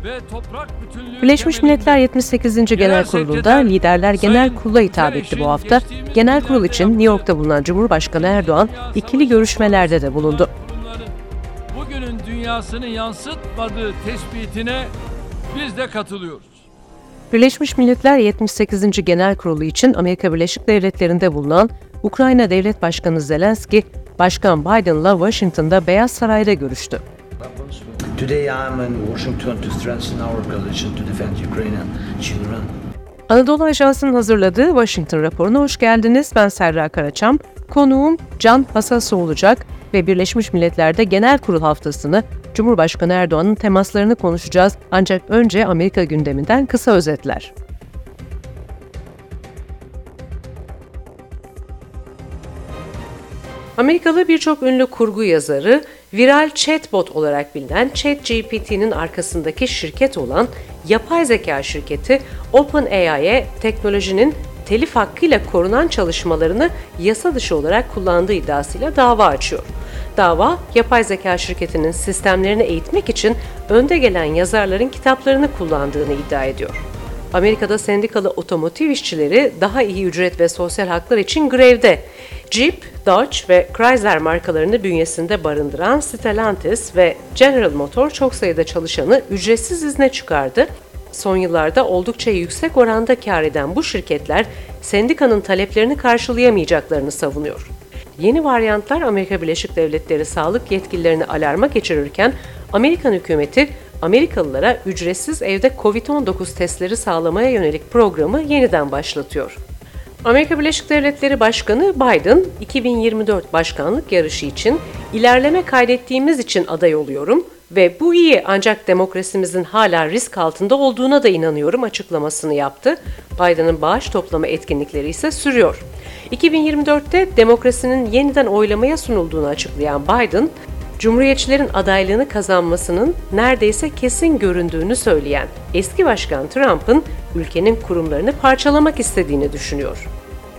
ve toprak bütünlüğü Birleşmiş Milletler 78. Genel Kurulu'nda liderler Genel Kurul'a hitap etti bu hafta. Genel Kurul için New York'ta bulunan Cumhurbaşkanı Erdoğan ikili görüşmelerde de bulundu. Bugünün dünyasını yansıtmadığı tespitine biz de katılıyoruz. Birleşmiş Milletler 78. Genel Kurulu için Amerika Birleşik Devletleri'nde bulunan Ukrayna Devlet Başkanı Zelenski, Başkan Biden'la Washington'da Beyaz Saray'da görüştü. Today I'm in Washington to strengthen our coalition to defend Ukrainian children. Anadolu Ajansı'nın hazırladığı Washington raporuna hoş geldiniz. Ben Serra Karaçam. Konuğum Can Hasasu olacak ve Birleşmiş Milletler'de Genel Kurul haftasını, Cumhurbaşkanı Erdoğan'ın temaslarını konuşacağız. Ancak önce Amerika gündeminden kısa özetler. Amerikalı birçok ünlü kurgu yazarı, viral chatbot olarak bilinen ChatGPT'nin arkasındaki şirket olan yapay zeka şirketi OpenAI'ye teknolojinin telif hakkıyla korunan çalışmalarını yasa dışı olarak kullandığı iddiasıyla dava açıyor. Dava, yapay zeka şirketinin sistemlerini eğitmek için önde gelen yazarların kitaplarını kullandığını iddia ediyor. Amerika'da sendikalı otomotiv işçileri daha iyi ücret ve sosyal haklar için grevde. Jeep, Dodge ve Chrysler markalarını bünyesinde barındıran Stellantis ve General Motors çok sayıda çalışanı ücretsiz izne çıkardı. Son yıllarda oldukça yüksek oranda kar eden bu şirketler sendikanın taleplerini karşılayamayacaklarını savunuyor. Yeni varyantlar Amerika Birleşik Devletleri sağlık yetkililerini alarma geçirirken Amerikan hükümeti Amerikalılara ücretsiz evde COVID-19 testleri sağlamaya yönelik programı yeniden başlatıyor. Amerika Birleşik Devletleri Başkanı Biden, 2024 başkanlık yarışı için ilerleme kaydettiğimiz için aday oluyorum ve bu iyi ancak demokrasimizin hala risk altında olduğuna da inanıyorum açıklamasını yaptı. Biden'ın bağış toplama etkinlikleri ise sürüyor. 2024'te demokrasinin yeniden oylamaya sunulduğunu açıklayan Biden, Cumhuriyetçilerin adaylığını kazanmasının neredeyse kesin göründüğünü söyleyen eski başkan Trump'ın ülkenin kurumlarını parçalamak istediğini düşünüyor.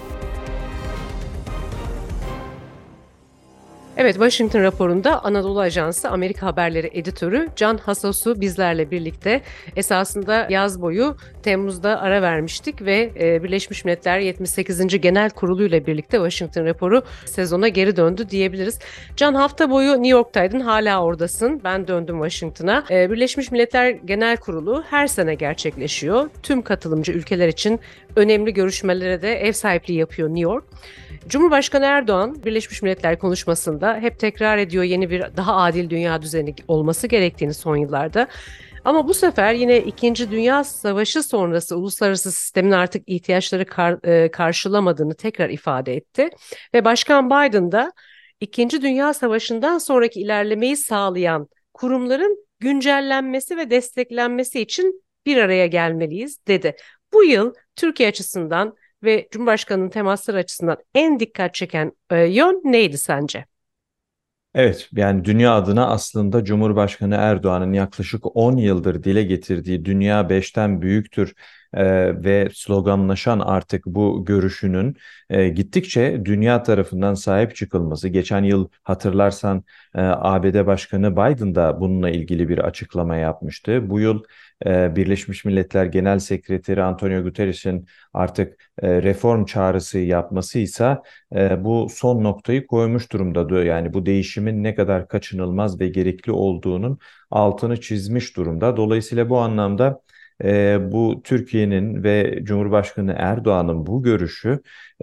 Evet, Washington raporunda Anadolu Ajansı Amerika Haberleri editörü Can Hasasu bizlerle birlikte. Esasında yaz boyu Temmuz'da ara vermiştik ve Birleşmiş Milletler 78. Genel Kurulu ile birlikte Washington raporu sezona geri döndü diyebiliriz. Can, hafta boyu New York'taydın, hala oradasın. Ben döndüm Washington'a. Birleşmiş Milletler Genel Kurulu her sene gerçekleşiyor. Tüm katılımcı ülkeler için önemli görüşmelere de ev sahipliği yapıyor New York. Cumhurbaşkanı Erdoğan, Birleşmiş Milletler konuşmasında hep tekrar ediyor yeni bir daha adil dünya düzeni olması gerektiğini son yıllarda. Ama bu sefer yine 2. Dünya Savaşı sonrası uluslararası sistemin artık ihtiyaçları karşılamadığını tekrar ifade etti. Ve Başkan Biden da 2. Dünya Savaşı'ndan sonraki ilerlemeyi sağlayan kurumların güncellenmesi ve desteklenmesi için bir araya gelmeliyiz dedi. Bu yıl Türkiye açısından ve Cumhurbaşkanı'nın temasları açısından en dikkat çeken yön neydi sence? Evet, yani dünya adına aslında Cumhurbaşkanı Erdoğan'ın yaklaşık 10 yıldır dile getirdiği dünya beşten büyüktür ve sloganlaşan artık bu görüşünün gittikçe dünya tarafından sahip çıkılması. Geçen yıl hatırlarsan ABD Başkanı Biden da bununla ilgili bir açıklama yapmıştı. Bu yıl Birleşmiş Milletler Genel Sekreteri Antonio Guterres'in artık reform çağrısı yapması ise bu son noktayı koymuş durumda. Yani bu değişimin ne kadar kaçınılmaz ve gerekli olduğunun altını çizmiş durumda. Dolayısıyla bu anlamda bu Türkiye'nin ve Cumhurbaşkanı Erdoğan'ın bu görüşü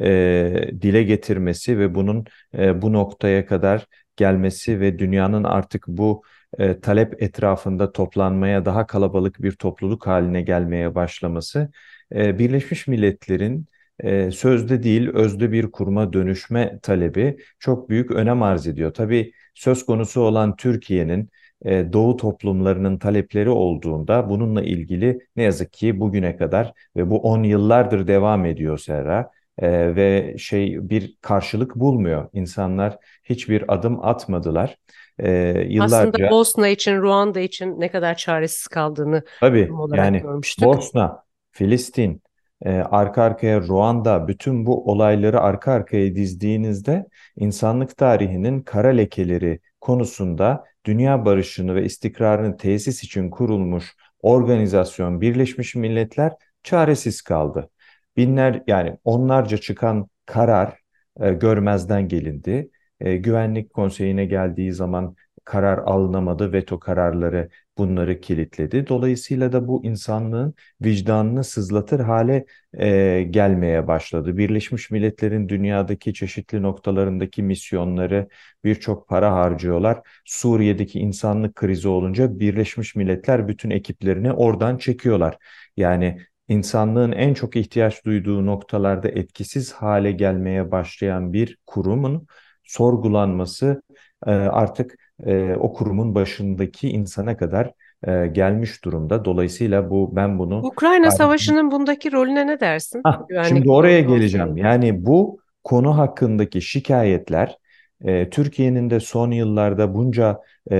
dile getirmesi ve bunun bu noktaya kadar gelmesi ve dünyanın artık bu talep etrafında toplanmaya, daha kalabalık bir topluluk haline gelmeye başlaması Birleşmiş Milletler'in sözde değil özde bir kuruma dönüşme talebi çok büyük önem arz ediyor. Tabii söz konusu olan Türkiye'nin Doğu toplumlarının talepleri olduğunda bununla ilgili ne yazık ki bugüne kadar ve bu 10 yıllardır devam ediyor Serra, ve bir karşılık bulmuyor. İnsanlar hiçbir adım atmadılar. Yıllarca Aslında Bosna için, Ruanda için ne kadar çaresiz kaldığını tabii olarak yani görmüştük. Bosna, Filistin, arka arkaya Ruanda, bütün bu olayları arka arkaya dizdiğinizde insanlık tarihinin kara lekeleri konusunda dünya barışını ve istikrarını tesis için kurulmuş organizasyon Birleşmiş Milletler çaresiz kaldı. Binler yani onlarca çıkan karar görmezden gelindi. Güvenlik Konseyi'ne geldiği zaman karar alınamadı, veto kararları bunları kilitledi. Dolayısıyla da bu insanlığın vicdanını sızlatır hale gelmeye başladı. Birleşmiş Milletler'in dünyadaki çeşitli noktalarındaki misyonları birçok para harcıyorlar. Suriye'deki insanlık krizi olunca Birleşmiş Milletler bütün ekiplerini oradan çekiyorlar. Yani insanlığın en çok ihtiyaç duyduğu noktalarda etkisiz hale gelmeye başlayan bir kurumun sorgulanması artık o kurumun başındaki insana kadar gelmiş durumda. Dolayısıyla ben bunu Ukrayna tarihten... Savaşı'nın bundaki rolüne ne dersin? Şimdi Güvenlik oraya geleceğim. Konseyi'nde. Yani bu konu hakkındaki şikayetler Türkiye'nin de son yıllarda bunca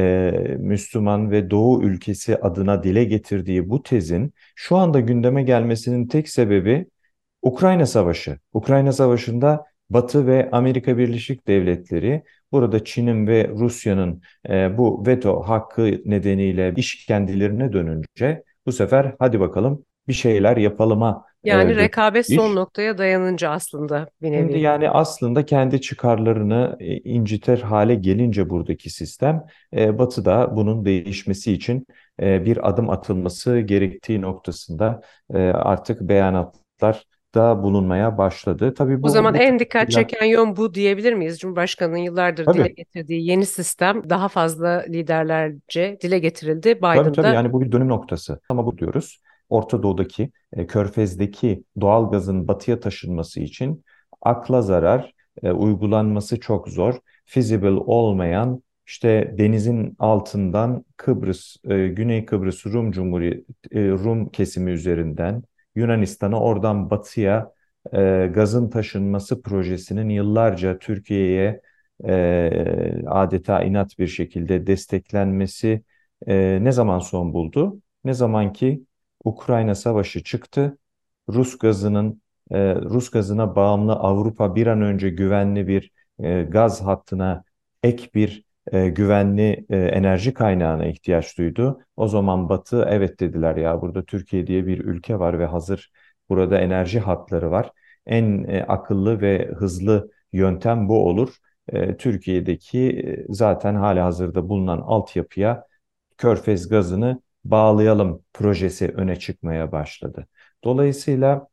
Müslüman ve Doğu ülkesi adına dile getirdiği bu tezin şu anda gündeme gelmesinin tek sebebi Ukrayna Savaşı. Ukrayna Savaşı'nda Batı ve Amerika Birleşik Devletleri burada Çin'in ve Rusya'nın bu veto hakkı nedeniyle iş kendilerine dönünce bu sefer hadi bakalım bir şeyler yapalıma Yani döndü rekabet son iş. noktaya dayanınca aslında bir Şimdi nevi. yani aslında kendi çıkarlarını inciter hale gelince buradaki sistem, Batı da bunun değişmesi için bir adım atılması gerektiği noktasında artık beyanatlar da bulunmaya başladı. Tabii O zaman bu en dikkat tartışıyla çeken yön bu diyebilir miyiz? Cumhurbaşkanı'nın yıllardır dile tabii. getirdiği yeni sistem daha fazla liderlerce dile getirildi. Tabii Biden tabii da yani bu bir dönüm noktası. Ama bu diyoruz. Orta Doğu'daki, Körfez'deki doğal gazın batıya taşınması için akla zarar, uygulanması çok zor, feasible olmayan işte denizin altından Kıbrıs, Güney Kıbrıs Rum Cumhuriyeti, Rum kesimi üzerinden Yunanistan'a oradan batıya gazın taşınması projesinin yıllarca Türkiye'ye adeta inat bir şekilde desteklenmesi ne zaman son buldu? Ne zaman ki Ukrayna Savaşı çıktı, Rus gazına bağımlı Avrupa bir an önce güvenli bir gaz hattına ek bir güvenli enerji kaynağına ihtiyaç duydu. O zaman Batı evet dediler ya burada Türkiye diye bir ülke var ve hazır burada enerji hatları var. En akıllı ve hızlı yöntem bu olur. Türkiye'deki zaten halihazırda bulunan altyapıya Körfez gazını bağlayalım projesi öne çıkmaya başladı. Dolayısıyla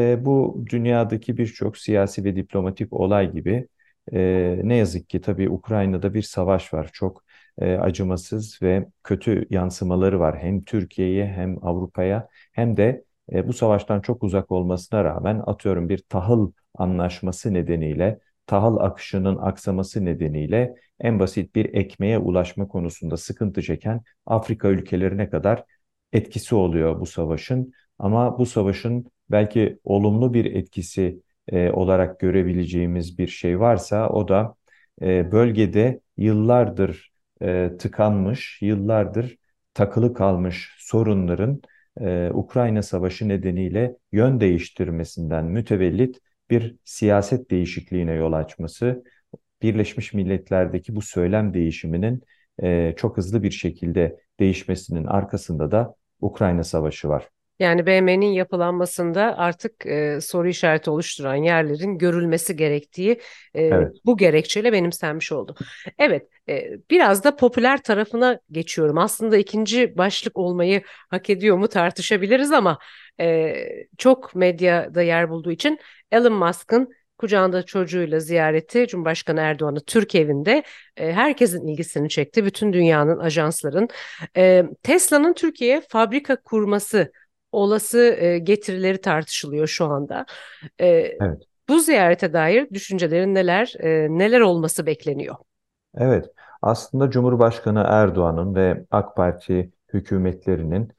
bu dünyadaki birçok siyasi ve diplomatik olay gibi ne yazık ki tabii Ukrayna'da bir savaş var. Çok acımasız ve kötü yansımaları var. Hem Türkiye'ye hem Avrupa'ya hem de bu savaştan çok uzak olmasına rağmen atıyorum bir tahıl anlaşması nedeniyle, tahıl akışının aksaması nedeniyle en basit bir ekmeğe ulaşma konusunda sıkıntı çeken Afrika ülkelerine kadar etkisi oluyor bu savaşın. Ama bu savaşın belki olumlu bir etkisi olarak görebileceğimiz bir şey varsa o da bölgede yıllardır tıkanmış, yıllardır takılı kalmış sorunların Ukrayna Savaşı nedeniyle yön değiştirmesinden mütevellit bir siyaset değişikliğine yol açması. Birleşmiş Milletler'deki bu söylem değişiminin çok hızlı bir şekilde değişmesinin arkasında da Ukrayna Savaşı var. yani BM'nin yapılanmasında artık soru işareti oluşturan yerlerin görülmesi gerektiği Evet, bu gerekçeyle benimsenmiş oldu. Evet, biraz da popüler tarafına geçiyorum. Aslında ikinci başlık olmayı hak ediyor mu tartışabiliriz ama e, çok medyada yer bulduğu için Elon Musk'ın kucağında çocuğuyla ziyareti Cumhurbaşkanı Erdoğan'ı Türk evinde herkesin ilgisini çekti. Bütün dünyanın, ajansların. Tesla'nın Türkiye'ye fabrika kurması olası getirileri tartışılıyor şu anda. E, evet. Bu ziyarete dair düşüncelerin neler, neler olması bekleniyor? Evet, aslında Cumhurbaşkanı Erdoğan'ın ve AK Parti hükümetlerinin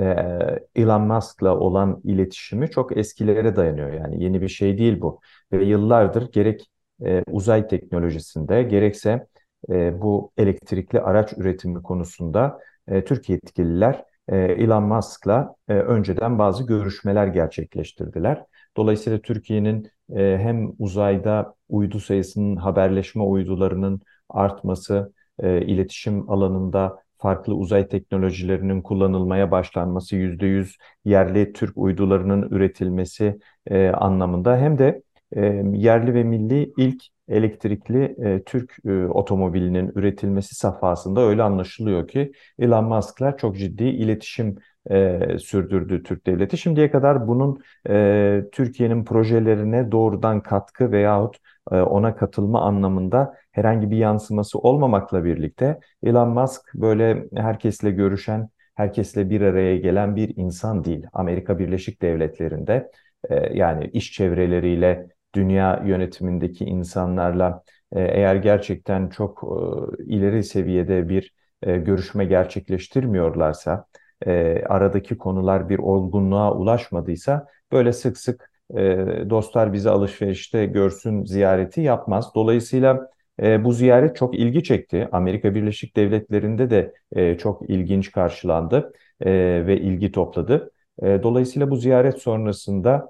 Elon Musk'la olan iletişimi çok eskilere dayanıyor. Yani yeni bir şey değil bu. Ve yıllardır gerek uzay teknolojisinde gerekse bu elektrikli araç üretimi konusunda Türk yetkililer Elon Musk'la önceden bazı görüşmeler gerçekleştirdiler. Dolayısıyla Türkiye'nin hem uzayda uydu sayısının, haberleşme uydularının artması, iletişim alanında farklı uzay teknolojilerinin kullanılmaya başlanması, %100 yerli Türk uydularının üretilmesi anlamında hem de yerli ve milli ilk elektrikli Türk otomobilinin üretilmesi safhasında öyle anlaşılıyor ki Elon Musk'la çok ciddi iletişim sürdürdü Türk devleti. Şimdiye kadar bunun Türkiye'nin projelerine doğrudan katkı veyahut ona katılma anlamında herhangi bir yansıması olmamakla birlikte Elon Musk böyle herkesle görüşen, herkesle bir araya gelen bir insan değil. Amerika Birleşik Devletleri'nde yani iş çevreleriyle, dünya yönetimindeki insanlarla eğer gerçekten çok ileri seviyede bir görüşme gerçekleştirmiyorlarsa, aradaki konular bir olgunluğa ulaşmadıysa böyle sık sık dostlar bizi alışverişte görsün ziyareti yapmaz. Dolayısıyla bu ziyaret çok ilgi çekti. Amerika Birleşik Devletleri'nde de çok ilginç karşılandı ve ilgi topladı. Dolayısıyla bu ziyaret sonrasında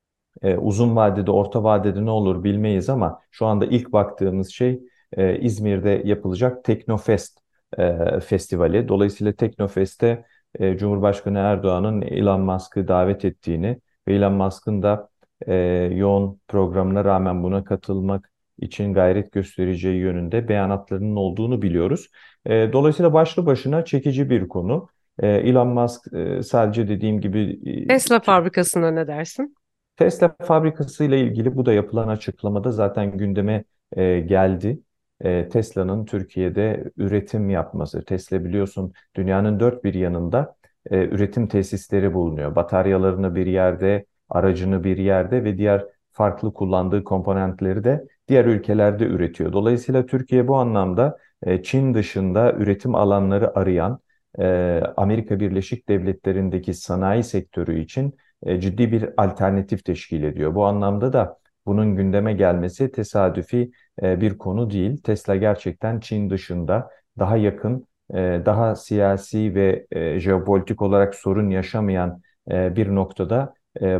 uzun vadede, orta vadede ne olur bilmeyiz ama şu anda ilk baktığımız şey İzmir'de yapılacak Teknofest festivali. Dolayısıyla Teknofest'te Cumhurbaşkanı Erdoğan'ın Elon Musk'ı davet ettiğini ve Elon Musk'ın da e, yoğun programına rağmen buna katılmak için gayret göstereceği yönünde beyanatlarının olduğunu biliyoruz. Dolayısıyla başlı başına çekici bir konu. Elon Musk sadece dediğim gibi Tesla fabrikasına ne dersin? Tesla fabrikasıyla ilgili bu da yapılan açıklamada zaten gündeme geldi. Tesla'nın Türkiye'de üretim yapması. Tesla biliyorsun dünyanın dört bir yanında üretim tesisleri bulunuyor. Bataryalarını bir yerde, aracını bir yerde ve diğer farklı kullandığı komponentleri de diğer ülkelerde üretiyor. Dolayısıyla Türkiye bu anlamda Çin dışında üretim alanları arayan Amerika Birleşik Devletleri'ndeki sanayi sektörü için ciddi bir alternatif teşkil ediyor. Bu anlamda da bunun gündeme gelmesi tesadüfi bir konu değil. Tesla gerçekten Çin dışında daha yakın, daha siyasi ve jeopolitik olarak sorun yaşamayan bir noktada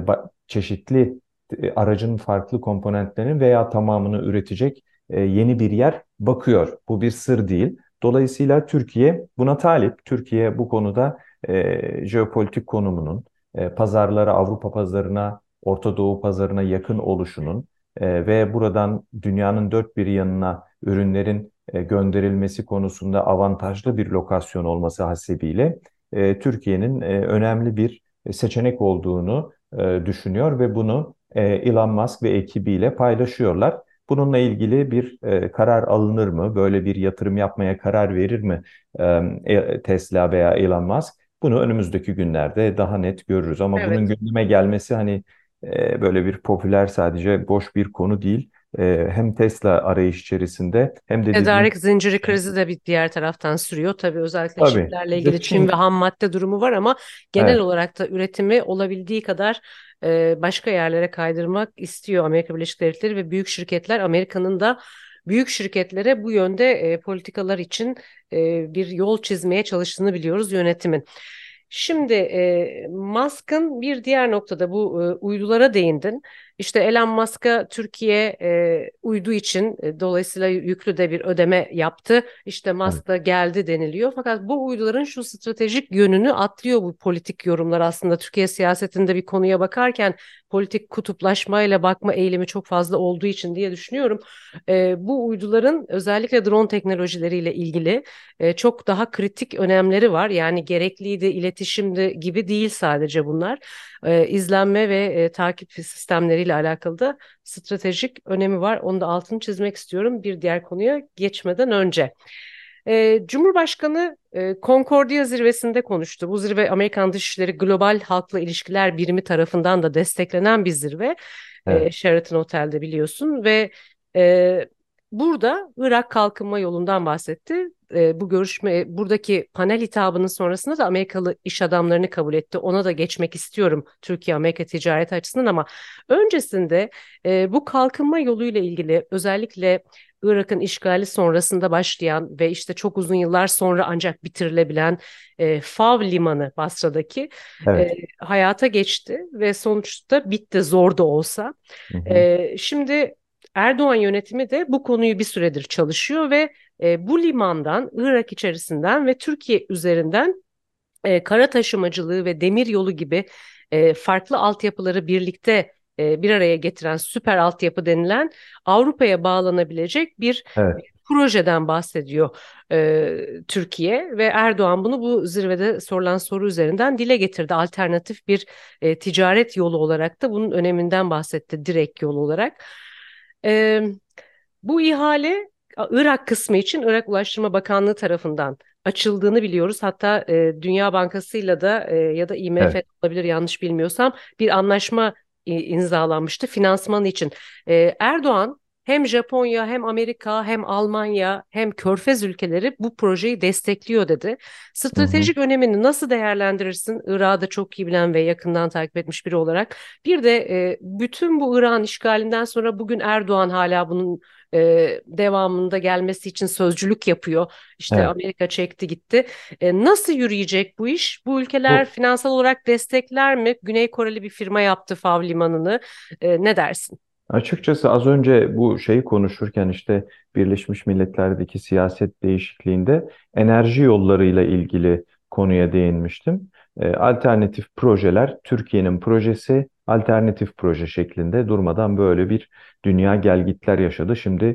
çeşitli aracın farklı komponentlerini veya tamamını üretecek yeni bir yer bakıyor. Bu bir sır değil. Dolayısıyla Türkiye buna talip. Türkiye bu konuda jeopolitik konumunun, pazarlara, Avrupa pazarına, Orta Doğu pazarına yakın oluşunun ve buradan dünyanın dört bir yanına ürünlerin gönderilmesi konusunda avantajlı bir lokasyon olması hasebiyle Türkiye'nin önemli bir seçenek olduğunu düşünüyor ve bunu Elon Musk ve ekibiyle paylaşıyorlar. Bununla ilgili bir karar alınır mı? Böyle bir yatırım yapmaya karar verir mi Tesla veya Elon Musk? Bunu önümüzdeki günlerde daha net görürüz. Ama bunun Evet. gündeme gelmesi hani böyle bir popüler sadece boş bir konu değil. Hem Tesla arayış içerisinde hem de dediğim Tedarik zinciri krizi de bir diğer taraftan sürüyor. Tabii özellikle tabii çiplerle bir de ilgili Çin ve Çin ham madde durumu var ama genel evet. olarak da üretimi olabildiği kadar başka yerlere kaydırmak istiyor Amerika Birleşik Devletleri ve büyük şirketler. Amerika'nın da büyük şirketlere bu yönde politikalar için bir yol çizmeye çalıştığını biliyoruz yönetimin. Şimdi Musk'ın bir diğer noktada bu uydulara değindin. İşte Elon Musk'a Türkiye uydu için dolayısıyla yüklü de bir ödeme yaptı. İşte Evet. Musk da geldi deniliyor. Fakat bu uyduların şu stratejik yönünü atlıyor bu politik yorumlar aslında. Türkiye siyasetinde bir konuya bakarken politik kutuplaşmayla bakma eğilimi çok fazla olduğu için diye düşünüyorum. Bu uyduların özellikle drone teknolojileriyle ilgili çok daha kritik önemleri var. Yani gerekliydi, iletişimdi gibi değil sadece bunlar. İzlenme ve takip sistemleriyle alakalı da stratejik önemi var. Onu da altını çizmek istiyorum bir diğer konuya geçmeden önce. Cumhurbaşkanı Concordia zirvesinde konuştu. Bu zirve Amerikan Dışişleri Global Halkla İlişkiler Birimi tarafından da desteklenen bir zirve. Evet. Sheraton Otel'de biliyorsun ve e, burada Irak kalkınma yolundan bahsetti. Bu görüşme buradaki panel hitabının sonrasında da Amerikalı iş adamlarını kabul etti. Ona da geçmek istiyorum Türkiye-Amerika ticareti açısından ama öncesinde bu kalkınma yoluyla ilgili özellikle Irak'ın işgali sonrasında başlayan ve işte çok uzun yıllar sonra ancak bitirilebilen Fav Limanı Basra'daki Evet. hayata geçti ve sonuçta bitti zor da olsa. Hı hı. Şimdi Erdoğan yönetimi de bu konuyu bir süredir çalışıyor ve bu limandan, Irak içerisinden ve Türkiye üzerinden kara taşımacılığı ve demir yolu gibi farklı altyapıları birlikte bir araya getiren süper altyapı denilen Avrupa'ya bağlanabilecek bir Evet. projeden bahsediyor Türkiye ve Erdoğan bunu bu zirvede sorulan soru üzerinden dile getirdi. Alternatif bir ticaret yolu olarak da bunun öneminden bahsetti, direkt yol olarak. E, Bu ihale Irak kısmı için Irak Ulaştırma Bakanlığı tarafından açıldığını biliyoruz. Hatta Dünya Bankası'yla da ya da IMF Evet. olabilir yanlış bilmiyorsam bir anlaşma imzalanmıştı finansman için. Erdoğan hem Japonya hem Amerika hem Almanya hem Körfez ülkeleri bu projeyi destekliyor dedi. Hı hı. Stratejik önemini nasıl değerlendirirsin? Irak'ı da çok iyi bilen ve yakından takip etmiş biri olarak. Bir de bütün bu Irak'ın işgalinden sonra bugün Erdoğan hala bunun devamında gelmesi için sözcülük yapıyor. İşte Evet. Amerika çekti gitti. Nasıl yürüyecek bu iş? Bu ülkeler Bu finansal olarak destekler mi? Güney Koreli bir firma yaptı Fav Limanı'nı. Ne dersin? Açıkçası az önce bu şeyi konuşurken işte Birleşmiş Milletler'deki siyaset değişikliğinde enerji yollarıyla ilgili konuya değinmiştim. Alternatif projeler, Türkiye'nin projesi alternatif proje şeklinde durmadan böyle bir dünya gelgitler yaşadı. Şimdi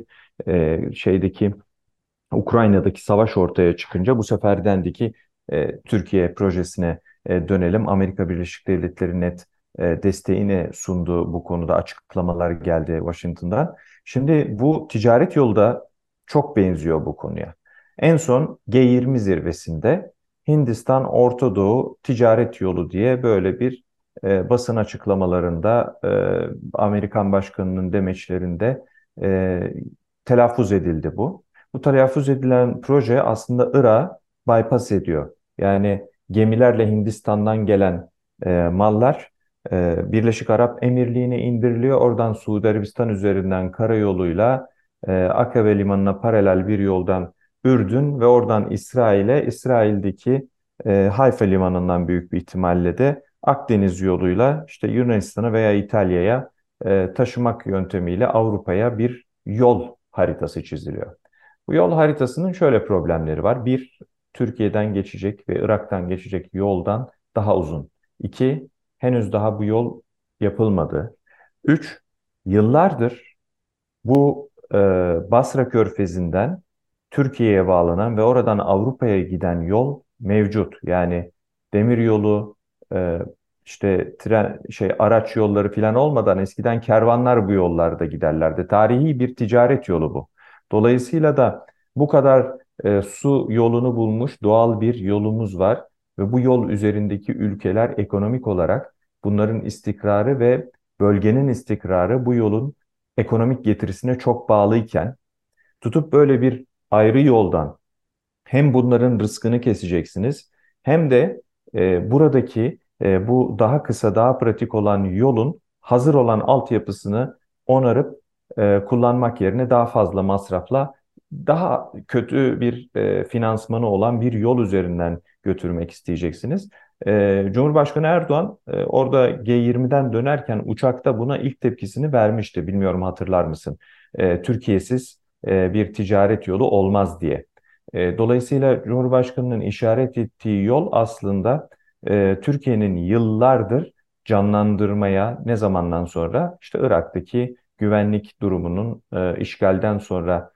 şeydeki Ukrayna'daki savaş ortaya çıkınca bu sefer dendi ki Türkiye projesine dönelim. Amerika Birleşik Devletleri net desteğini sundu, bu konuda açıklamalar geldi Washington'dan. Şimdi bu ticaret yolu da çok benziyor bu konuya. En son G20 zirvesinde Hindistan Orta Doğu Ticaret Yolu diye böyle bir basın açıklamalarında Amerikan Başkanı'nın demeçlerinde e, telaffuz edildi bu. Bu telaffuz edilen proje aslında Irak'ı bypass ediyor. Yani gemilerle Hindistan'dan gelen mallar Birleşik Arap Emirliği'ne indiriliyor. Oradan Suudi Arabistan üzerinden karayoluyla Akabe Limanı'na paralel bir yoldan Ürdün ve oradan İsrail'e, İsrail'deki Hayfa Limanı'ndan büyük bir ihtimalle de Akdeniz yoluyla işte Yunanistan'a veya İtalya'ya taşımak yöntemiyle Avrupa'ya bir yol haritası çiziliyor. Bu yol haritasının şöyle problemleri var. Bir, Türkiye'den geçecek ve Irak'tan geçecek yoldan daha uzun. İki, henüz daha bu yol yapılmadı. Üç, yıllardır bu Basra Körfezi'nden Türkiye'ye bağlanan ve oradan Avrupa'ya giden yol mevcut. Yani demir yolu, e, işte tren, araç yolları falan olmadan eskiden kervanlar bu yollarda giderlerdi. Tarihi bir ticaret yolu bu. Dolayısıyla da bu kadar su yolunu bulmuş doğal bir yolumuz var ve bu yol üzerindeki ülkeler ekonomik olarak bunların istikrarı ve bölgenin istikrarı bu yolun ekonomik getirisine çok bağlıyken tutup böyle bir ayrı yoldan hem bunların rızkını keseceksiniz hem de buradaki bu daha kısa, daha pratik olan yolun hazır olan altyapısını onarıp kullanmak yerine daha fazla masrafla daha kötü bir finansmanı olan bir yol üzerinden götürmek isteyeceksiniz. Cumhurbaşkanı Erdoğan orada G20'den dönerken uçakta buna ilk tepkisini vermişti. Bilmiyorum, hatırlar mısın? Türkiye'siz bir ticaret yolu olmaz diye. Dolayısıyla Cumhurbaşkanı'nın işaret ettiği yol aslında Türkiye'nin yıllardır canlandırmaya, ne zamandan sonra işte Irak'taki güvenlik durumunun işgalden sonra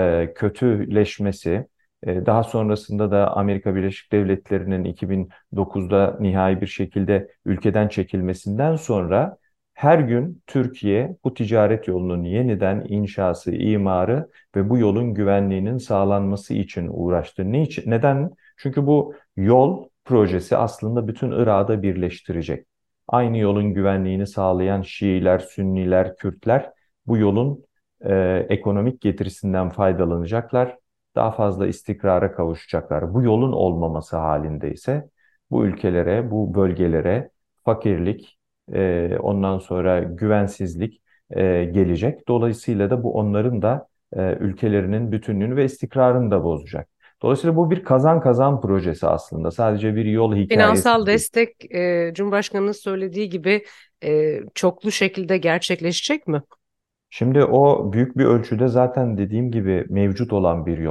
kötüleşmesi, daha sonrasında da Amerika Birleşik Devletleri'nin 2009'da nihai bir şekilde ülkeden çekilmesinden sonra her gün Türkiye bu ticaret yolunun yeniden inşası, imarı ve bu yolun güvenliğinin sağlanması için uğraştı. Niçin? Neden? Çünkü bu yol projesi aslında bütün Irak'ı birleştirecek. Aynı yolun güvenliğini sağlayan Şiiler, Sünniler, Kürtler bu yolun ekonomik getirisinden faydalanacaklar. Daha fazla istikrara kavuşacaklar. Bu yolun olmaması halinde ise bu ülkelere, bu bölgelere fakirlik, ondan sonra güvensizlik gelecek. Dolayısıyla da bu onların da ülkelerinin bütünlüğünü ve istikrarını da bozacak. Dolayısıyla bu bir kazan kazan projesi aslında. Sadece bir yol Finansal hikayesi değil. destek Cumhurbaşkanı'nın söylediği gibi çoklu şekilde gerçekleşecek mi? Şimdi o büyük bir ölçüde zaten dediğim gibi mevcut olan bir yol.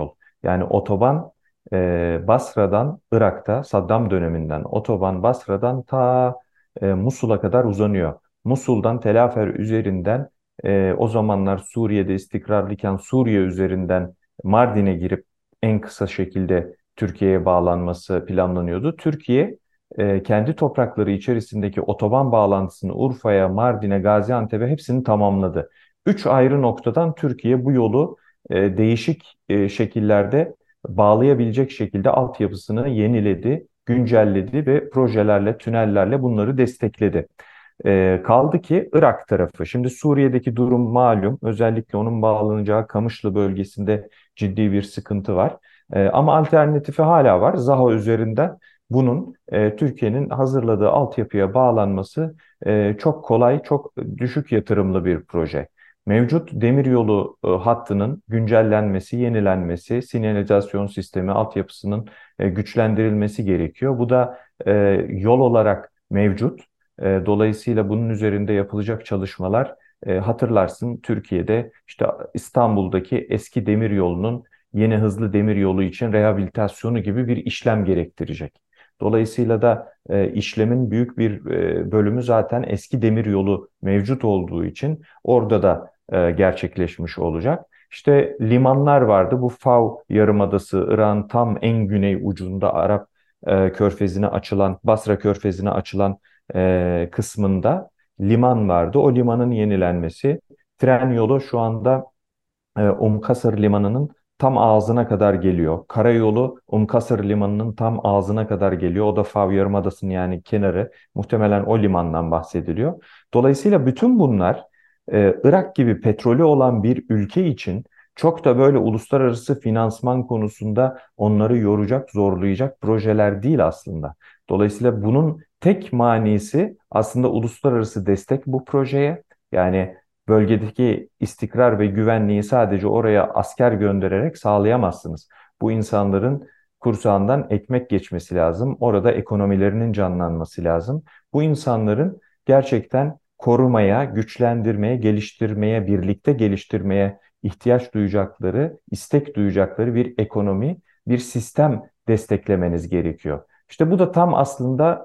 Yani otoban Basra'dan Irak'ta Saddam döneminden otoban Basra'dan ta Musul'a kadar uzanıyor. Musul'dan Tel Afer üzerinden o zamanlar Suriye'de istikrarlıyken Suriye üzerinden Mardin'e girip en kısa şekilde Türkiye'ye bağlanması planlanıyordu. Türkiye kendi toprakları içerisindeki otoban bağlantısını Urfa'ya, Mardin'e, Gaziantep'e hepsini tamamladı. Üç ayrı noktadan Türkiye bu yolu değişik şekillerde bağlayabilecek şekilde altyapısını yeniledi, güncelledi ve projelerle, tünellerle bunları destekledi. Kaldı ki Irak tarafı. Şimdi Suriye'deki durum malum. Özellikle onun bağlanacağı Kamışlı bölgesinde ciddi bir sıkıntı var. Ama alternatifi hala var. Zaho üzerinden bunun Türkiye'nin hazırladığı altyapıya bağlanması çok kolay, çok düşük yatırımlı bir proje. Mevcut demiryolu hattının güncellenmesi, yenilenmesi, sinyalizasyon sistemi, altyapısının güçlendirilmesi gerekiyor. Bu da yol olarak mevcut. Dolayısıyla bunun üzerinde yapılacak çalışmalar hatırlarsın Türkiye'de işte İstanbul'daki eski demiryolunun yeni hızlı demiryolu için rehabilitasyonu gibi bir işlem gerektirecek. Dolayısıyla da işlemin büyük bir bölümü zaten eski demiryolu mevcut olduğu için orada da gerçekleşmiş olacak. İşte limanlar vardı. Bu Fav Yarımadası, Irak'ın tam en güney ucunda Arap Körfezi'ne açılan, Basra Körfezi'ne açılan kısmında liman vardı. O limanın yenilenmesi, tren yolu şu anda Kasr Limanı'nın tam ağzına kadar geliyor. Karayolu Kasr Limanı'nın tam ağzına kadar geliyor. O da Fav Yarımadası'nın yani kenarı. Muhtemelen o limandan bahsediliyor. Dolayısıyla bütün bunlar Irak gibi petrolü olan bir ülke için çok da böyle uluslararası finansman konusunda onları yoracak, zorlayacak projeler değil aslında. Dolayısıyla bunun tek manisi aslında uluslararası destek bu projeye. Yani bölgedeki istikrar ve güvenliği sadece oraya asker göndererek sağlayamazsınız. Bu insanların kursağından ekmek geçmesi lazım. Orada ekonomilerinin canlanması lazım. Bu insanların gerçekten korumaya, güçlendirmeye, geliştirmeye, birlikte geliştirmeye ihtiyaç duyacakları, istek duyacakları bir ekonomi, bir sistem desteklemeniz gerekiyor. İşte bu da tam aslında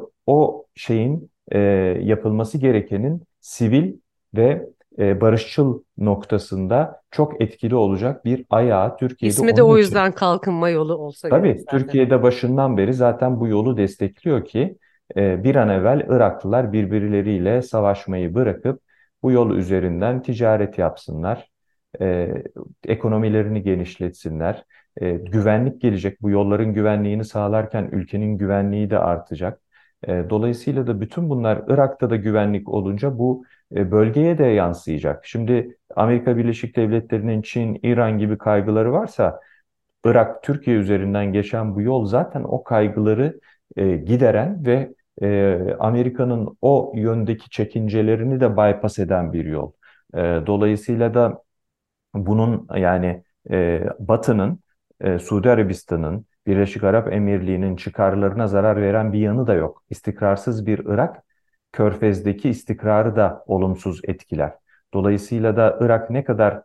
o şeyin yapılması gerekenin sivil ve barışçıl noktasında çok etkili olacak bir ayağı Türkiye'de İsmi de onun o için. yüzden kalkınma yolu olsa gerek Tabii zaten. Türkiye'de başından beri zaten bu yolu destekliyor ki bir an evvel Iraklılar birbirleriyle savaşmayı bırakıp bu yol üzerinden ticaret yapsınlar, e, ekonomilerini genişletsinler. Güvenlik gelecek. Bu yolların güvenliğini sağlarken ülkenin güvenliği de artacak. Dolayısıyla da bütün bunlar Irak'ta da güvenlik olunca bu bölgeye de yansıyacak. Şimdi Amerika Birleşik Devletleri'nin Çin, İran gibi kaygıları varsa Irak, Türkiye üzerinden geçen bu yol zaten o kaygıları gideren ve Amerika'nın o yöndeki çekincelerini de bypass eden bir yol. Dolayısıyla da bunun yani Batı'nın, Suudi Arabistan'ın, Birleşik Arap Emirliği'nin çıkarlarına zarar veren bir yanı da yok. İstikrarsız bir Irak, Körfez'deki istikrarı da olumsuz etkiler. Dolayısıyla da Irak ne kadar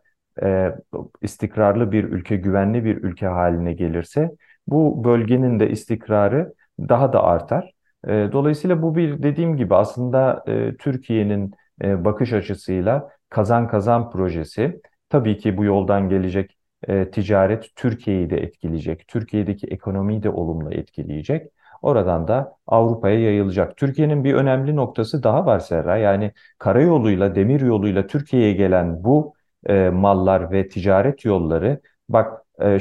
istikrarlı bir ülke, güvenli bir ülke haline gelirse, bu bölgenin de istikrarı daha da artar. Dolayısıyla bu bir dediğim gibi aslında Türkiye'nin bakış açısıyla kazan kazan projesi. Tabii ki bu yoldan gelecek ticaret Türkiye'yi de etkileyecek. Türkiye'deki ekonomiyi de olumlu etkileyecek. Oradan da Avrupa'ya yayılacak. Türkiye'nin bir önemli noktası daha var Serra. Yani karayoluyla, demir yoluyla Türkiye'ye gelen bu mallar ve ticaret yolları bak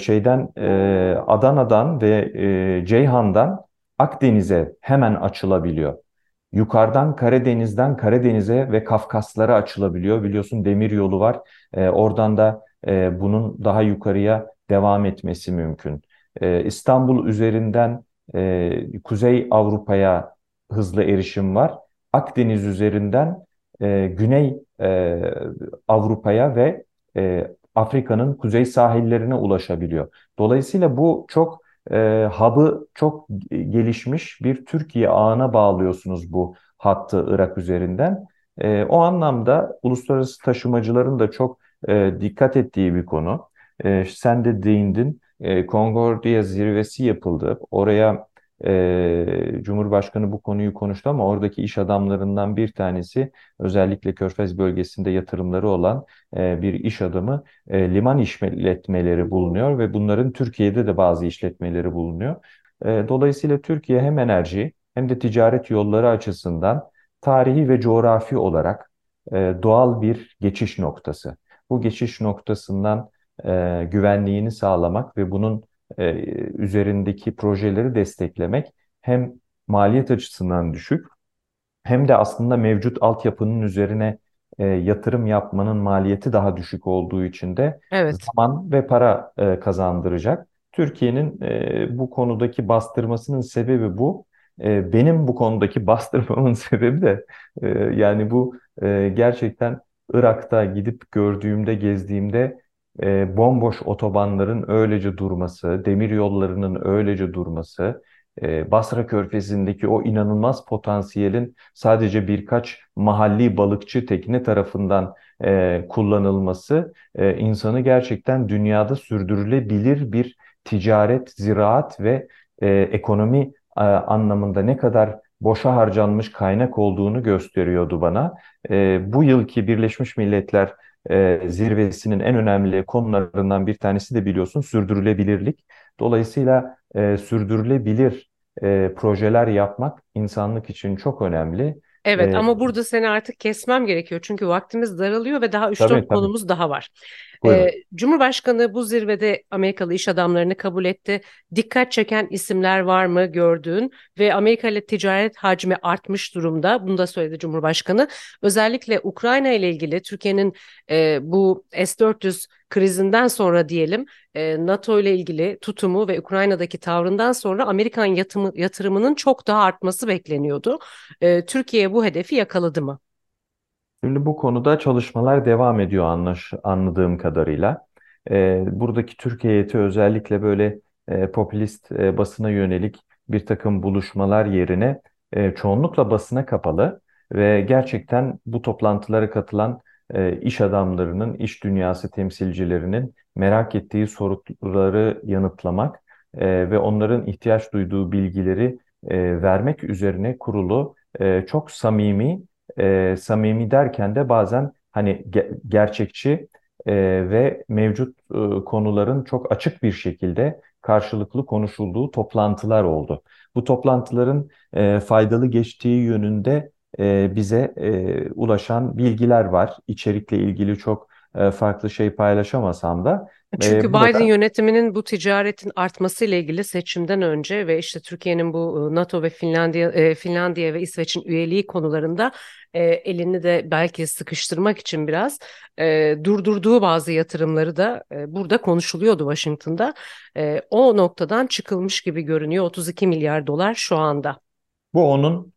Adana'dan ve Ceyhan'dan Akdeniz'e hemen açılabiliyor. Yukarıdan Karadeniz'den Karadeniz'e ve Kafkaslara açılabiliyor. Biliyorsun demir yolu var. Oradan da bunun daha yukarıya devam etmesi mümkün. İstanbul üzerinden Kuzey Avrupa'ya hızlı erişim var. Akdeniz üzerinden Güney Avrupa'ya ve Afrika'nın kuzey sahillerine ulaşabiliyor. Dolayısıyla bu çok hub'ı çok gelişmiş bir Türkiye ağına bağlıyorsunuz bu hattı Irak üzerinden. O anlamda uluslararası taşımacıların da çok dikkat ettiği bir konu. Sen de değindin. Concordia zirvesi yapıldı. Oraya Cumhurbaşkanı bu konuyu konuştu ama oradaki iş adamlarından bir tanesi, özellikle Körfez bölgesinde yatırımları olan bir iş adamı, liman işletmeleri bulunuyor ve bunların Türkiye'de de bazı işletmeleri bulunuyor. Dolayısıyla Türkiye hem enerji hem de ticaret yolları açısından tarihi ve coğrafi olarak doğal bir geçiş noktası. Bu geçiş noktasından güvenliğini sağlamak ve bunun üzerindeki projeleri desteklemek hem maliyet açısından düşük hem de aslında mevcut altyapının üzerine yatırım yapmanın maliyeti daha düşük olduğu için de Evet. zaman ve para kazandıracak. Türkiye'nin bu konudaki bastırmasının sebebi bu. Benim bu konudaki bastırmamın sebebi de yani bu gerçekten Irak'ta gidip gördüğümde, gezdiğimde bomboş otobanların öylece durması, demir yollarının öylece durması, Basra Körfezi'ndeki o inanılmaz potansiyelin sadece birkaç mahalli balıkçı tekne tarafından kullanılması insanı gerçekten dünyada sürdürülebilir bir ticaret, ziraat ve ekonomi anlamında ne kadar boşa harcanmış kaynak olduğunu gösteriyordu bana. Bu yılki Birleşmiş Milletler zirvesinin en önemli konularından bir tanesi de biliyorsun sürdürülebilirlik. Dolayısıyla sürdürülebilir projeler yapmak insanlık için çok önemli. Evet, E, ama burada seni artık kesmem gerekiyor. Çünkü vaktimiz daralıyor ve daha üç tabii dört tabii. konumuz daha var. Buyurun. Cumhurbaşkanı bu zirvede Amerikalı iş adamlarını kabul etti. Dikkat çeken isimler var mı gördüğün ve Amerika ile ticaret hacmi artmış durumda. Bunu da söyledi Cumhurbaşkanı. Özellikle Ukrayna ile ilgili Türkiye'nin bu S-400 krizinden sonra diyelim, NATO ile ilgili tutumu ve Ukrayna'daki tavrından sonra Amerikan yatırımının çok daha artması bekleniyordu. Türkiye bu hedefi yakaladı mı? Şimdi bu konuda çalışmalar devam ediyor anladığım kadarıyla. Buradaki Türkiye heyeti özellikle böyle popülist basına yönelik bir takım buluşmalar yerine çoğunlukla basına kapalı ve gerçekten bu toplantılara katılan iş adamlarının, iş dünyası temsilcilerinin merak ettiği soruları yanıtlamak ve onların ihtiyaç duyduğu bilgileri vermek üzerine kurulu çok samimi, samimi derken de bazen hani gerçekçi ve mevcut konuların çok açık bir şekilde karşılıklı konuşulduğu toplantılar oldu. Bu toplantıların faydalı geçtiği yönünde bize ulaşan bilgiler var. İçerikle ilgili çok farklı şey paylaşamasam da Çünkü Biden burada. yönetiminin bu ticaretin artması ile ilgili seçimden önce ve işte Türkiye'nin bu NATO ve Finlandiya ve İsveç'in üyeliği konularında elini de belki sıkıştırmak için biraz durdurduğu bazı yatırımları da burada konuşuluyordu Washington'da. O noktadan çıkılmış gibi görünüyor. 32 milyar dolar şu anda. Bu onun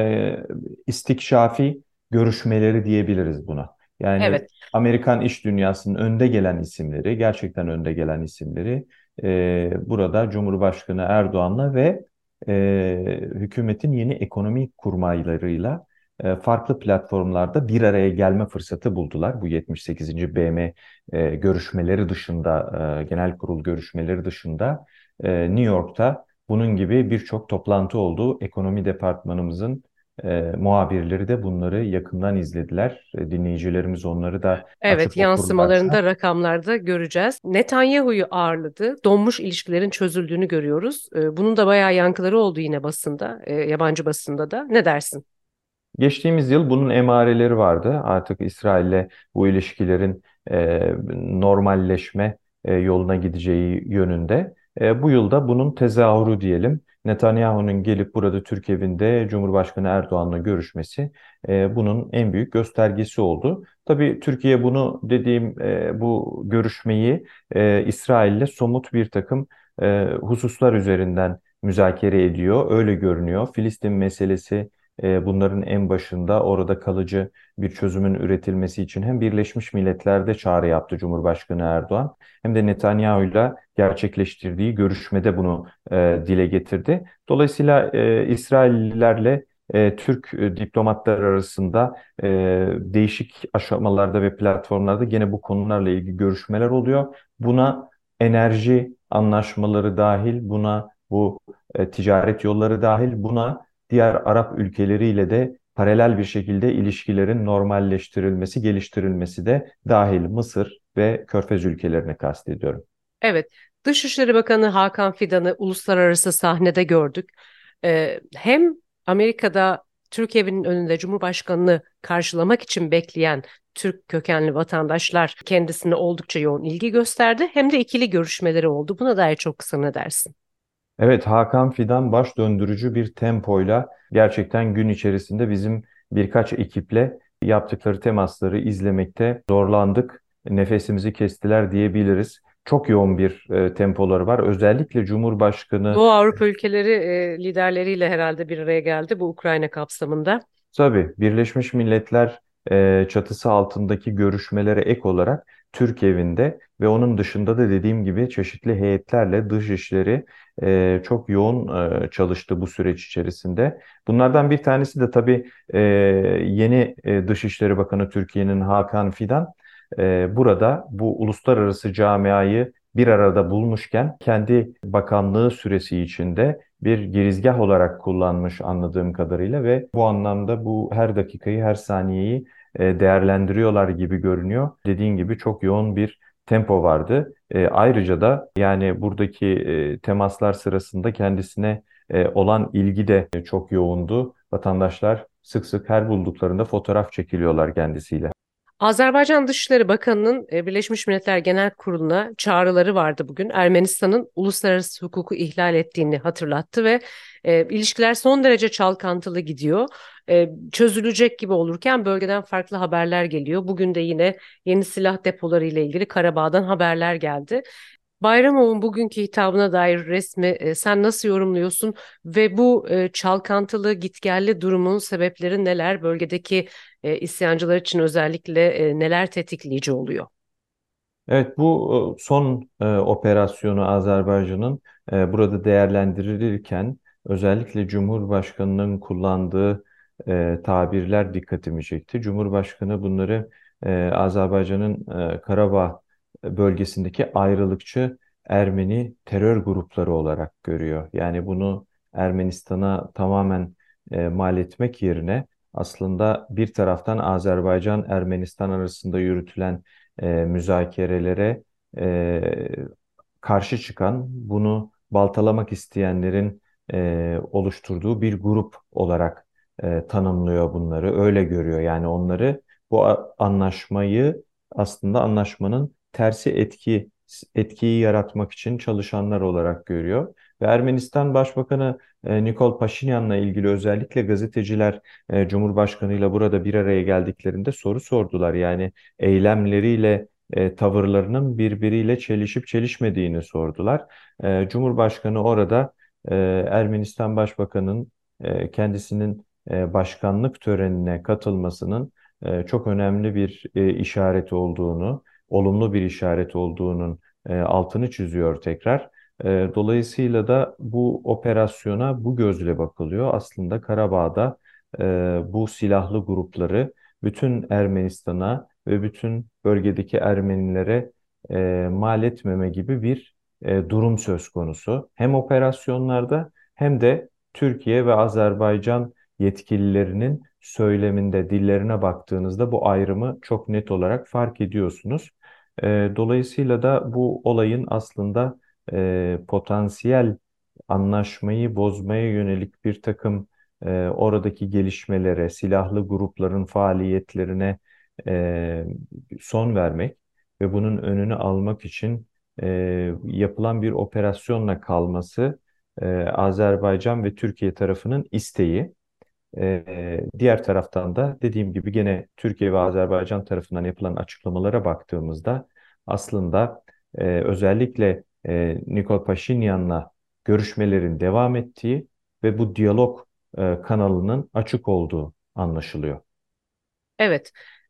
istikşafi görüşmeleri diyebiliriz buna. Yani Evet. Amerikan iş dünyasının önde gelen isimleri, gerçekten önde gelen isimleri burada Cumhurbaşkanı Erdoğan'la ve hükümetin yeni ekonomi kurmaylarıyla farklı platformlarda bir araya gelme fırsatı buldular. Bu 78. BM görüşmeleri dışında, genel kurul görüşmeleri dışında New York'ta bunun gibi birçok toplantı oldu. Ekonomi departmanımızın muhabirleri de bunları yakından izlediler. Dinleyicilerimiz onları da Evet, açıp okurlarsa. yansımalarında rakamlarda göreceğiz. Netanyahu'yu ağırladı. Donmuş ilişkilerin çözüldüğünü görüyoruz. Bunun da bayağı yankıları oldu yine basında, yabancı basında da. Ne dersin? Geçtiğimiz yıl bunun emareleri vardı. Artık İsrail'le bu ilişkilerin normalleşme yoluna gideceği yönünde. Bu yılda bunun tezahürü diyelim. Netanyahu'nun gelip burada Türk evinde Cumhurbaşkanı Erdoğan'la görüşmesi bunun en büyük göstergesi oldu. Tabii Türkiye bunu dediğim bu görüşmeyi İsrail'le somut bir takım hususlar üzerinden müzakere ediyor. Öyle görünüyor. Filistin meselesi bunların en başında, orada kalıcı bir çözümün üretilmesi için hem Birleşmiş Milletler'de çağrı yaptı Cumhurbaşkanı Erdoğan hem de Netanyahu'yla gerçekleştirdiği görüşmede bunu dile getirdi. Dolayısıyla İsraillilerle Türk diplomatlar arasında değişik aşamalarda ve platformlarda gene bu konularla ilgili görüşmeler oluyor. Buna enerji anlaşmaları dahil, buna bu ticaret yolları dahil, buna diğer Arap ülkeleriyle de paralel bir şekilde ilişkilerin normalleştirilmesi, geliştirilmesi de dahil. Mısır ve Körfez ülkelerini kastediyorum. Evet, Dışişleri Bakanı Hakan Fidan'ı uluslararası sahnede gördük. Hem Amerika'da Türk evinin önünde Cumhurbaşkanı'nı karşılamak için bekleyen Türk kökenli vatandaşlar kendisine oldukça yoğun ilgi gösterdi. Hem de ikili görüşmeleri oldu. Buna dair çok kısa ne dersin? Evet, Hakan Fidan baş döndürücü bir tempoyla gerçekten gün içerisinde bizim birkaç ekiple yaptıkları temasları izlemekte zorlandık. Nefesimizi kestiler diyebiliriz. Çok yoğun bir tempoları var. Özellikle Cumhurbaşkanı. Doğu Avrupa ülkeleri liderleriyle herhalde bir araya geldi bu Ukrayna kapsamında. Tabii Birleşmiş Milletler çatısı altındaki görüşmelere ek olarak Türk evinde ve onun dışında da dediğim gibi çeşitli heyetlerle dışişleri çok yoğun çalıştı bu süreç içerisinde. Bunlardan bir tanesi de tabii yeni Dışişleri Bakanı Türkiye'nin Hakan Fidan burada bu uluslararası camiayı bir arada bulmuşken kendi bakanlığı süresi içinde bir girizgah olarak kullanmış anladığım kadarıyla ve bu anlamda bu her dakikayı, her saniyeyi değerlendiriyorlar gibi görünüyor. Dediğin gibi çok yoğun bir tempo vardı. Ayrıca da yani buradaki temaslar sırasında kendisine olan ilgi de çok yoğundu. Vatandaşlar sık sık her bulduklarında fotoğraf çekiliyorlar kendisiyle. Azerbaycan Dışişleri Bakanı'nın Birleşmiş Milletler Genel Kurulu'na çağrıları vardı bugün. Ermenistan'ın uluslararası hukuku ihlal ettiğini hatırlattı ve ilişkiler son derece çalkantılı gidiyor. Çözülecek gibi olurken bölgeden farklı haberler geliyor. Bugün de yine yeni silah depoları ile ilgili Karabağ'dan haberler geldi. Bayramov'un bugünkü hitabına dair resmi sen nasıl yorumluyorsun ve bu çalkantılı, gitgelli durumun sebepleri neler? Bölgedeki isyancılar için özellikle neler tetikleyici oluyor? Evet, bu son operasyonu Azerbaycan'ın burada değerlendirilirken özellikle Cumhurbaşkanı'nın kullandığı tabirler dikkatimi çekti. Cumhurbaşkanı bunları Azerbaycan'ın Karabağ bölgesindeki ayrılıkçı Ermeni terör grupları olarak görüyor. Yani bunu Ermenistan'a tamamen mal etmek yerine aslında bir taraftan Azerbaycan-Ermenistan arasında yürütülen müzakerelere e, karşı çıkan, bunu baltalamak isteyenlerin oluşturduğu bir grup olarak tanımlıyor bunları. Öyle görüyor. Yani onları bu anlaşmayı aslında anlaşmanın tersi etkiyi yaratmak için çalışanlar olarak görüyor. Ve Ermenistan Başbakanı Nikol Paşinyan'la ilgili özellikle gazeteciler Cumhurbaşkanı ile burada bir araya geldiklerinde soru sordular. Yani eylemleriyle tavırlarının birbiriyle çelişip çelişmediğini sordular. Cumhurbaşkanı orada Ermenistan Başbakanı'nın kendisinin başkanlık törenine katılmasının çok önemli bir işaret olduğunu, olumlu bir işaret olduğunun altını çiziyor tekrar. Dolayısıyla da bu operasyona bu gözle bakılıyor. Aslında Karabağ'da bu silahlı grupları bütün Ermenistan'a ve bütün bölgedeki Ermenilere mal etmeme gibi bir durum söz konusu. Hem operasyonlarda hem de Türkiye ve Azerbaycan yetkililerinin söyleminde, dillerine baktığınızda bu ayrımı çok net olarak fark ediyorsunuz. Dolayısıyla da bu olayın aslında potansiyel anlaşmayı bozmaya yönelik bir takım oradaki gelişmelere, silahlı grupların faaliyetlerine e, son vermek ve bunun önünü almak için yapılan bir operasyonla kalması Azerbaycan ve Türkiye tarafının isteği. Diğer taraftan da dediğim gibi gene Türkiye ve Azerbaycan tarafından yapılan açıklamalara baktığımızda aslında özellikle Nikol Paşinyan'la görüşmelerin devam ettiği ve bu diyalog kanalının açık olduğu anlaşılıyor. Evet.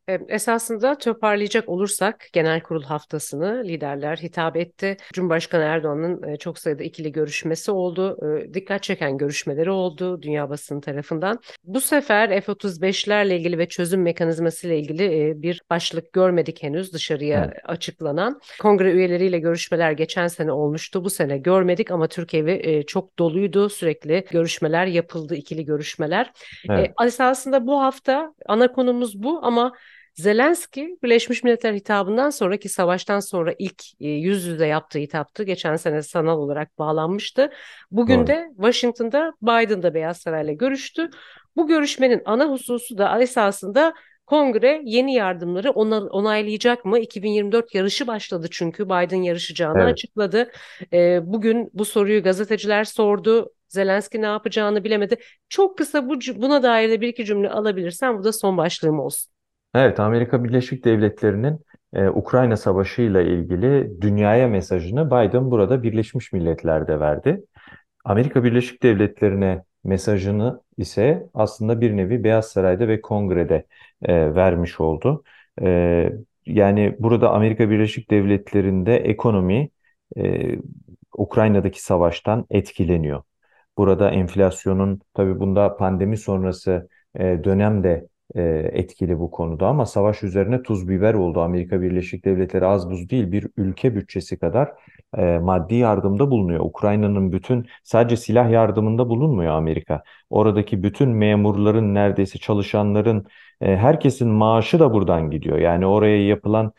Esasında toparlayacak olursak genel kurul haftasını liderler hitap etti. Cumhurbaşkanı Erdoğan'ın çok sayıda ikili görüşmesi oldu. Dikkat çeken görüşmeleri oldu dünya basını tarafından. Bu sefer F-35'lerle ilgili ve çözüm mekanizması ile ilgili bir başlık görmedik henüz dışarıya Evet, açıklanan. Kongre üyeleriyle görüşmeler geçen sene olmuştu. Bu sene görmedik ama Türk evi çok doluydu. Sürekli görüşmeler yapıldı, ikili görüşmeler. evet, Esasında bu hafta ana konumuz bu ama Zelenski Birleşmiş Milletler hitabından sonraki savaştan sonra ilk yüz yüze yaptığı hitaptı. Geçen sene sanal olarak bağlanmıştı. Bugün doğru. de Washington'da Biden'da Beyaz Saray'la görüştü. Bu görüşmenin ana hususu da esasında Kongre yeni yardımları onaylayacak mı? 2024 yarışı başladı çünkü Biden yarışacağını Evet. açıkladı. Bugün bu soruyu gazeteciler sordu. Zelenski ne yapacağını bilemedi. Çok kısa buna dair de bir iki cümle alabilirsem bu da son başlığım olsun. Evet, Amerika Birleşik Devletleri'nin Ukrayna Savaşı ile ilgili dünyaya mesajını Biden burada Birleşmiş Milletler'de verdi. Amerika Birleşik Devletleri'ne mesajını ise aslında bir nevi Beyaz Saray'da ve Kongre'de vermiş oldu. E, Yani burada Amerika Birleşik Devletleri'nde ekonomi e, Ukrayna'daki savaştan etkileniyor. Burada enflasyonun tabii bunda pandemi sonrası dönem de etkili bu konuda ama savaş üzerine tuz biber oldu. Amerika Birleşik Devletleri az buz değil bir ülke bütçesi kadar maddi yardımda bulunuyor. Ukrayna'nın bütün sadece silah yardımında bulunmuyor Amerika. Oradaki bütün memurların neredeyse çalışanların herkesin maaşı da buradan gidiyor. Yani oraya yapılan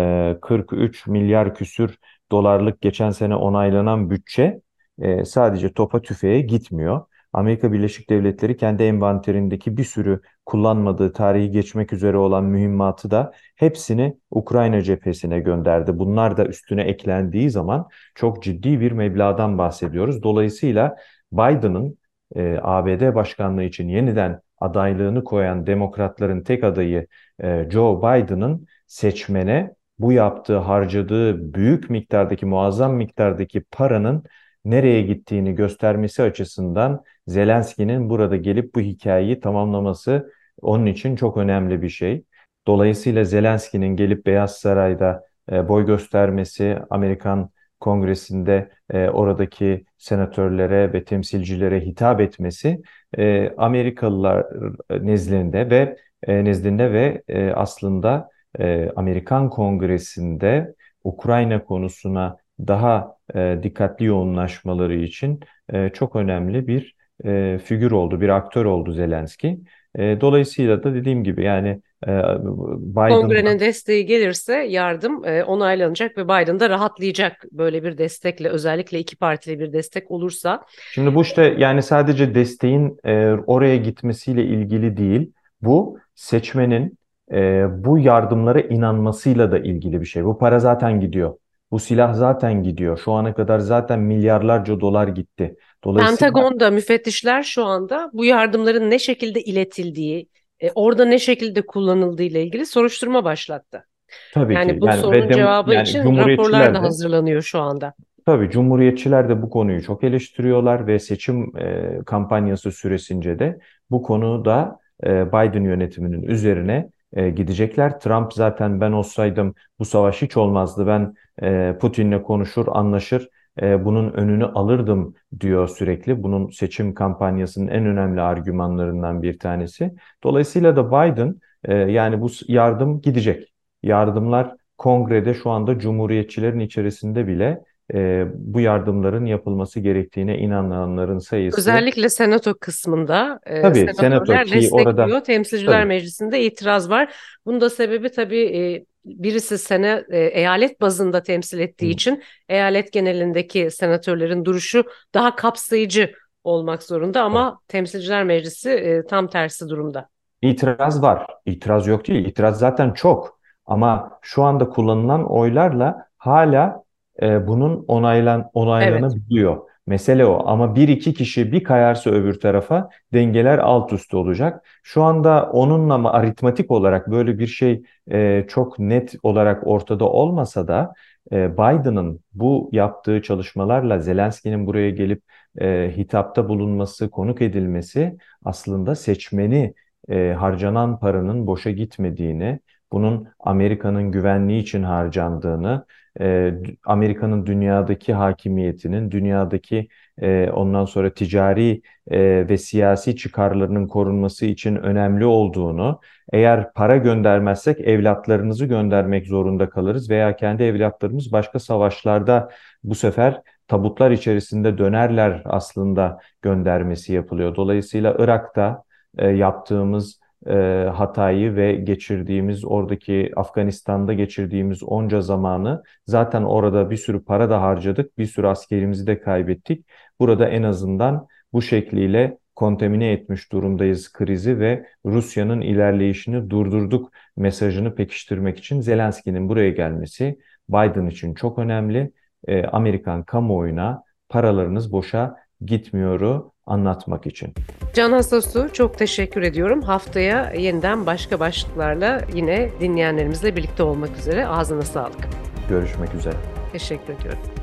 43 milyar küsür dolarlık geçen sene onaylanan bütçe sadece topa tüfeğe gitmiyor. Amerika Birleşik Devletleri kendi envanterindeki bir sürü kullanmadığı tarihi geçmek üzere olan mühimmatı da hepsini Ukrayna cephesine gönderdi. Bunlar da üstüne eklendiği zaman çok ciddi bir meblağdan bahsediyoruz. Dolayısıyla Biden'ın ABD başkanlığı için yeniden adaylığını koyan demokratların tek adayı Joe Biden'ın seçmene bu yaptığı, harcadığı büyük miktardaki, muazzam miktardaki paranın nereye gittiğini göstermesi açısından Zelenski'nin burada gelip bu hikayeyi tamamlaması onun için çok önemli bir şey. Dolayısıyla Zelenski'nin gelip Beyaz Saray'da boy göstermesi, Amerikan Kongresi'nde oradaki senatörlere ve temsilcilere hitap etmesi Amerikalılar nezdinde ve aslında Amerikan Kongresi'nde Ukrayna konusuna daha dikkatli yoğunlaşmaları için çok önemli bir figür oldu, bir aktör oldu Zelenski. Dolayısıyla da dediğim gibi yani Biden Kongrenin desteği gelirse yardım onaylanacak ve Biden da rahatlayacak böyle bir destekle özellikle iki partili bir destek olursa. şimdi bu işte yani sadece desteğin oraya gitmesiyle ilgili değil, bu seçmenin bu yardımlara inanmasıyla da ilgili bir şey. Bu para zaten gidiyor. Bu silah zaten gidiyor. Şu ana kadar zaten milyarlarca dolar gitti. Dolayısıyla Pentagon'da müfettişler şu anda bu yardımların ne şekilde iletildiği, orada ne şekilde kullanıldığı ile ilgili soruşturma başlattı. tabii Yani ki bu yani sorunun cevabı yani için raporlar cumhuriyetçiler da de hazırlanıyor şu anda. tabii Cumhuriyetçiler de bu konuyu çok eleştiriyorlar ve seçim kampanyası süresince de bu konuda Biden yönetiminin üzerine gidecekler. Trump zaten ben olsaydım bu savaş hiç olmazdı. Ben Putin'le konuşur, anlaşır, bunun önünü alırdım diyor sürekli. Bunun seçim kampanyasının en önemli argümanlarından bir tanesi. Dolayısıyla da Biden yani bu yardım gidecek. Yardımlar Kongrede şu anda Cumhuriyetçilerin içerisinde bile bu yardımların yapılması gerektiğine inananların sayısı Özellikle senato kısmında tabii senato senatörler ki orada destekliyor. Temsilciler tabii. Meclisi'nde itiraz var. Bunun da sebebi tabii birisi eyalet bazında temsil ettiği Hı. için eyalet genelindeki senatörlerin duruşu daha kapsayıcı olmak zorunda Evet. ama Temsilciler Meclisi tam tersi durumda. İtiraz var. İtiraz yok değil. İtiraz zaten çok. Ama şu anda kullanılan oylarla hala bunun Evet. onaylanabiliyor. Mesele o. Ama bir iki kişi bir kayarsa öbür tarafa dengeler alt üst olacak. Şu anda onunla mı aritmatik olarak böyle bir şey çok net olarak ortada olmasa da Biden'ın bu yaptığı çalışmalarla Zelenski'nin buraya gelip hitapta bulunması, konuk edilmesi aslında seçmeni harcanan paranın boşa gitmediğini, bunun Amerika'nın güvenliği için harcandığını, Amerika'nın dünyadaki hakimiyetinin, dünyadaki ondan sonra ticari ve siyasi çıkarlarının korunması için önemli olduğunu, eğer para göndermezsek evlatlarımızı göndermek zorunda kalırız veya kendi evlatlarımız başka savaşlarda bu sefer tabutlar içerisinde dönerler aslında göndermesi yapılıyor. Dolayısıyla Irak'ta yaptığımız hatayı ve geçirdiğimiz oradaki Afganistan'da geçirdiğimiz onca zamanı zaten orada bir sürü para da harcadık, bir sürü askerimizi de kaybettik. Burada en azından bu şekliyle kontamine etmiş durumdayız krizi ve Rusya'nın ilerleyişini durdurduk mesajını pekiştirmek için Zelenski'nin buraya gelmesi Biden için çok önemli. Amerikan kamuoyuna paralarınız boşa gitmiyoru anlatmak için. Can Hastasu, çok teşekkür ediyorum. Haftaya yeniden başka başlıklarla yine dinleyenlerimizle birlikte olmak üzere. Ağzına sağlık. Görüşmek üzere. Teşekkür ediyorum.